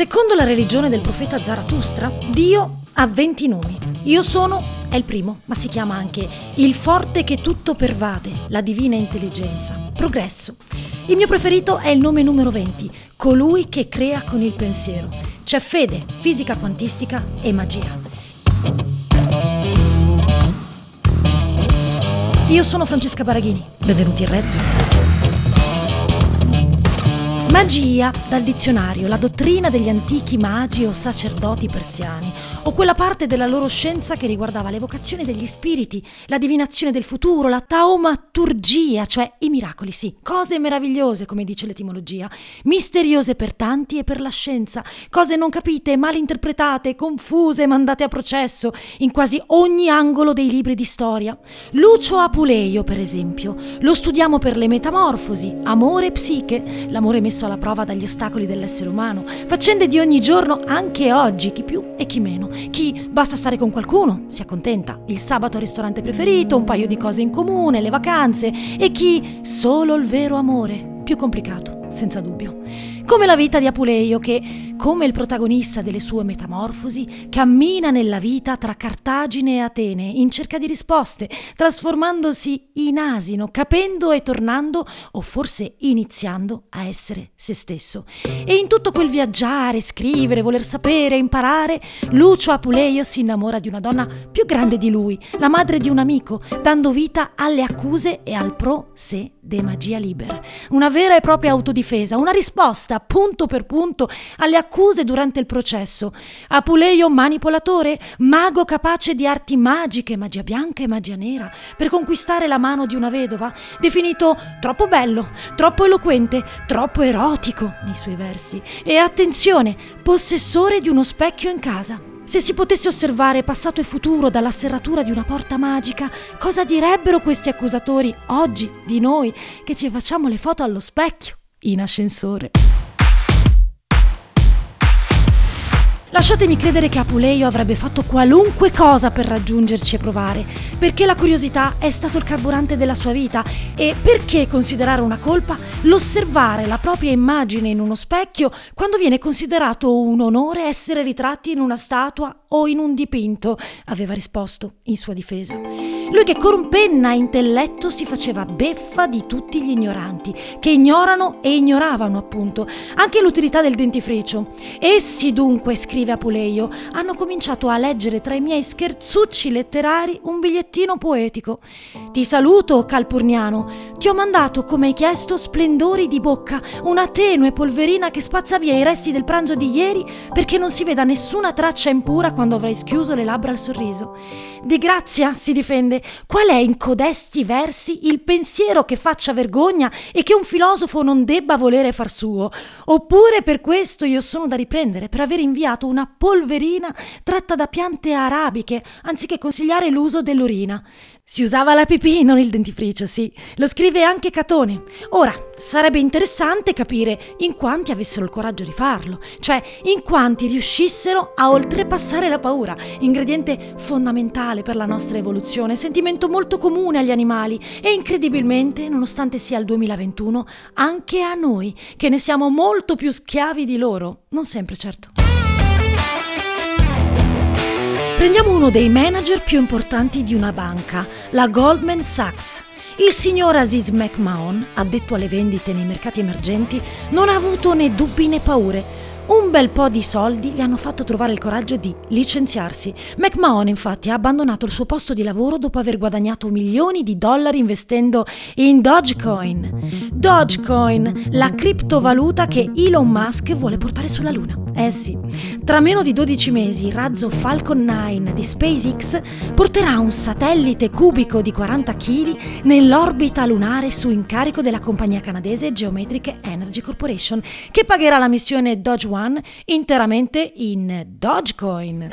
Secondo la religione del profeta Zarathustra, Dio ha 20 nomi. Io sono è il primo, ma si chiama anche il forte che tutto pervade, la divina intelligenza, progresso. Il mio preferito è il nome numero 20, colui che crea con il pensiero. C'è fede, fisica quantistica e magia. Io sono Francesca Baraghini, benvenuti in Rezzo. Magia, dal dizionario, la dottrina degli antichi magi o sacerdoti persiani, o quella parte della loro scienza che riguardava l'evocazione degli spiriti, la divinazione del futuro, la taumaturgia, cioè i miracoli, sì, cose meravigliose, come dice l'etimologia, misteriose per tanti e per la scienza, cose non capite, mal interpretate, confuse, mandate a processo in quasi ogni angolo dei libri di storia. Lucio Apuleio, per esempio, lo studiamo per le metamorfosi, amore e psiche, l'amore messo alla prova dagli ostacoli dell'essere umano, faccende di ogni giorno anche oggi, chi più e chi meno. Chi basta stare con qualcuno, si accontenta, il sabato al ristorante preferito, un paio di cose in comune, le vacanze, e chi solo il vero amore, più complicato, senza dubbio. Come la vita di Apuleio che, come il protagonista delle sue metamorfosi, cammina nella vita tra Cartagine e Atene in cerca di risposte, trasformandosi in asino, capendo e tornando, o forse iniziando a essere se stesso. E in tutto quel viaggiare, scrivere, voler sapere, imparare, Lucio Apuleio si innamora di una donna più grande di lui, la madre di un amico, dando vita alle accuse e al pro se de magia liber. Una vera e propria autodifesa, una risposta punto per punto alle accuse durante il processo. Apuleio manipolatore, mago capace di arti magiche, magia bianca e magia nera, per conquistare la mano di una vedova, definito troppo bello, troppo eloquente, troppo erotico nei suoi versi. E attenzione, possessore di uno specchio in casa. Se si potesse osservare passato e futuro dalla serratura di una porta magica, cosa direbbero questi accusatori oggi di noi che ci facciamo le foto allo specchio, in ascensore? Lasciatemi credere che Apuleio avrebbe fatto qualunque cosa per raggiungerci e provare, perché la curiosità è stato il carburante della sua vita e perché considerare una colpa l'osservare la propria immagine in uno specchio quando viene considerato un onore essere ritratti in una statua o in un dipinto, aveva risposto in sua difesa. Lui che con penna e intelletto si faceva beffa di tutti gli ignoranti, che ignorano e ignoravano appunto anche l'utilità del dentifricio. Essi dunque, scrive Apuleio, hanno cominciato a leggere tra i miei scherzucci letterari un bigliettino poetico. Ti saluto, Calpurniano, ti ho mandato, come hai chiesto, splendori di bocca, una tenue polverina che spazza via i resti del pranzo di ieri perché non si veda nessuna traccia impura quando avrai schiuso le labbra al sorriso. Di grazia, si difende, qual è in codesti versi il pensiero che faccia vergogna e che un filosofo non debba volere far suo? Oppure per questo io sono da riprendere per aver inviato una polverina tratta da piante arabiche anziché consigliare l'uso dell'urina. Si usava la pipì, non il dentifricio, sì. Lo scrive anche Catone. Ora, sarebbe interessante capire in quanti avessero il coraggio di farlo, cioè in quanti riuscissero a oltrepassare la paura, ingrediente fondamentale per la nostra evoluzione, sentimento molto comune agli animali e incredibilmente, nonostante sia il 2021, anche a noi, che ne siamo molto più schiavi di loro. Non sempre, certo. Prendiamo uno dei manager più importanti di una banca, la Goldman Sachs. Il signor Aziz McMahon, addetto alle vendite nei mercati emergenti, non ha avuto né dubbi né paure. Un bel po' di soldi gli hanno fatto trovare il coraggio di licenziarsi. McMahon infatti ha abbandonato il suo posto di lavoro dopo aver guadagnato milioni di dollari investendo in Dogecoin. Dogecoin, la criptovaluta che Elon Musk vuole portare sulla Luna. Sì, tra meno di 12 mesi il razzo Falcon 9 di SpaceX porterà un satellite cubico di 40 kg nell'orbita lunare su incarico della compagnia canadese Geometric Energy Corporation, che pagherà la missione Doge One interamente in Dogecoin.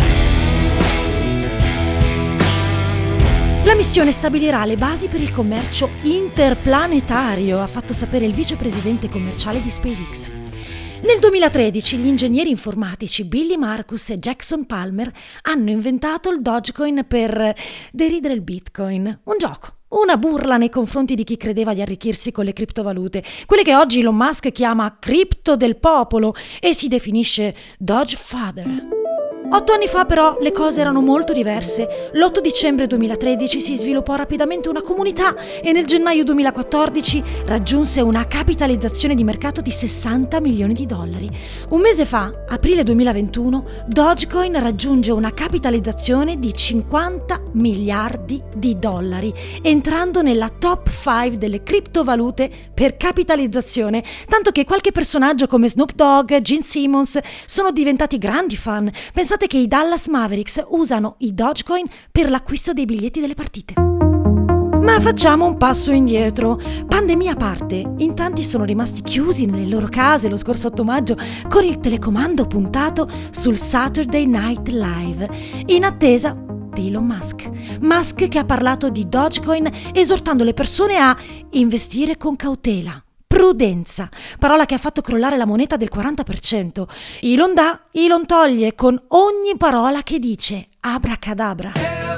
La missione stabilirà le basi per il commercio interplanetario, ha fatto sapere il vicepresidente commerciale di SpaceX. Nel 2013 gli ingegneri informatici Billy Marcus e Jackson Palmer hanno inventato il Dogecoin per deridere il Bitcoin, un gioco Una burla nei confronti di chi credeva di arricchirsi con le criptovalute, quelle che oggi Elon Musk chiama cripto del popolo e si definisce Doge Father. 8 anni fa però le cose erano molto diverse. L'8 dicembre 2013 si sviluppò rapidamente una comunità e nel gennaio 2014 raggiunse una capitalizzazione di mercato di 60 milioni di dollari. Un mese fa, aprile 2021, Dogecoin raggiunge una capitalizzazione di 50 miliardi di dollari, entrando nella top 5 delle criptovalute per capitalizzazione, tanto che qualche personaggio come Snoop Dogg, Gene Simmons sono diventati grandi fan. Pensate che i Dallas Mavericks usano i Dogecoin per l'acquisto dei biglietti delle partite. Ma facciamo un passo indietro. Pandemia a parte, in tanti sono rimasti chiusi nelle loro case lo scorso 8 maggio con il telecomando puntato sul Saturday Night Live, in attesa di Elon Musk. Musk che ha parlato di Dogecoin esortando le persone a investire con cautela. Prudenza, parola che ha fatto crollare la moneta del 40%. Elon dà, Elon toglie con ogni parola che dice abracadabra.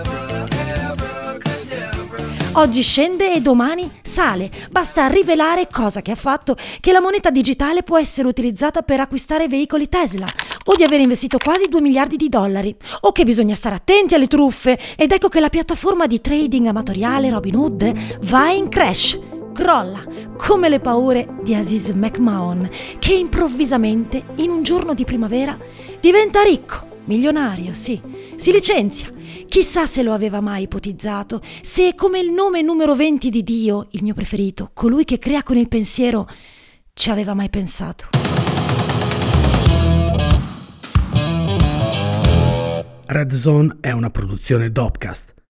Oggi scende e domani sale. Basta rivelare, cosa che ha fatto, che la moneta digitale può essere utilizzata per acquistare veicoli Tesla, o di aver investito quasi 2 miliardi di dollari, o che bisogna stare attenti alle truffe, ed ecco che la piattaforma di trading amatoriale Robinhood va in crash. Crolla, come le paure di Aziz McMahon, che improvvisamente, in un giorno di primavera, diventa ricco, milionario, sì, si licenzia. Chissà se lo aveva mai ipotizzato, se come il nome numero 20 di Dio, il mio preferito, colui che crea con il pensiero, ci aveva mai pensato. Red Zone è una produzione Dopcast.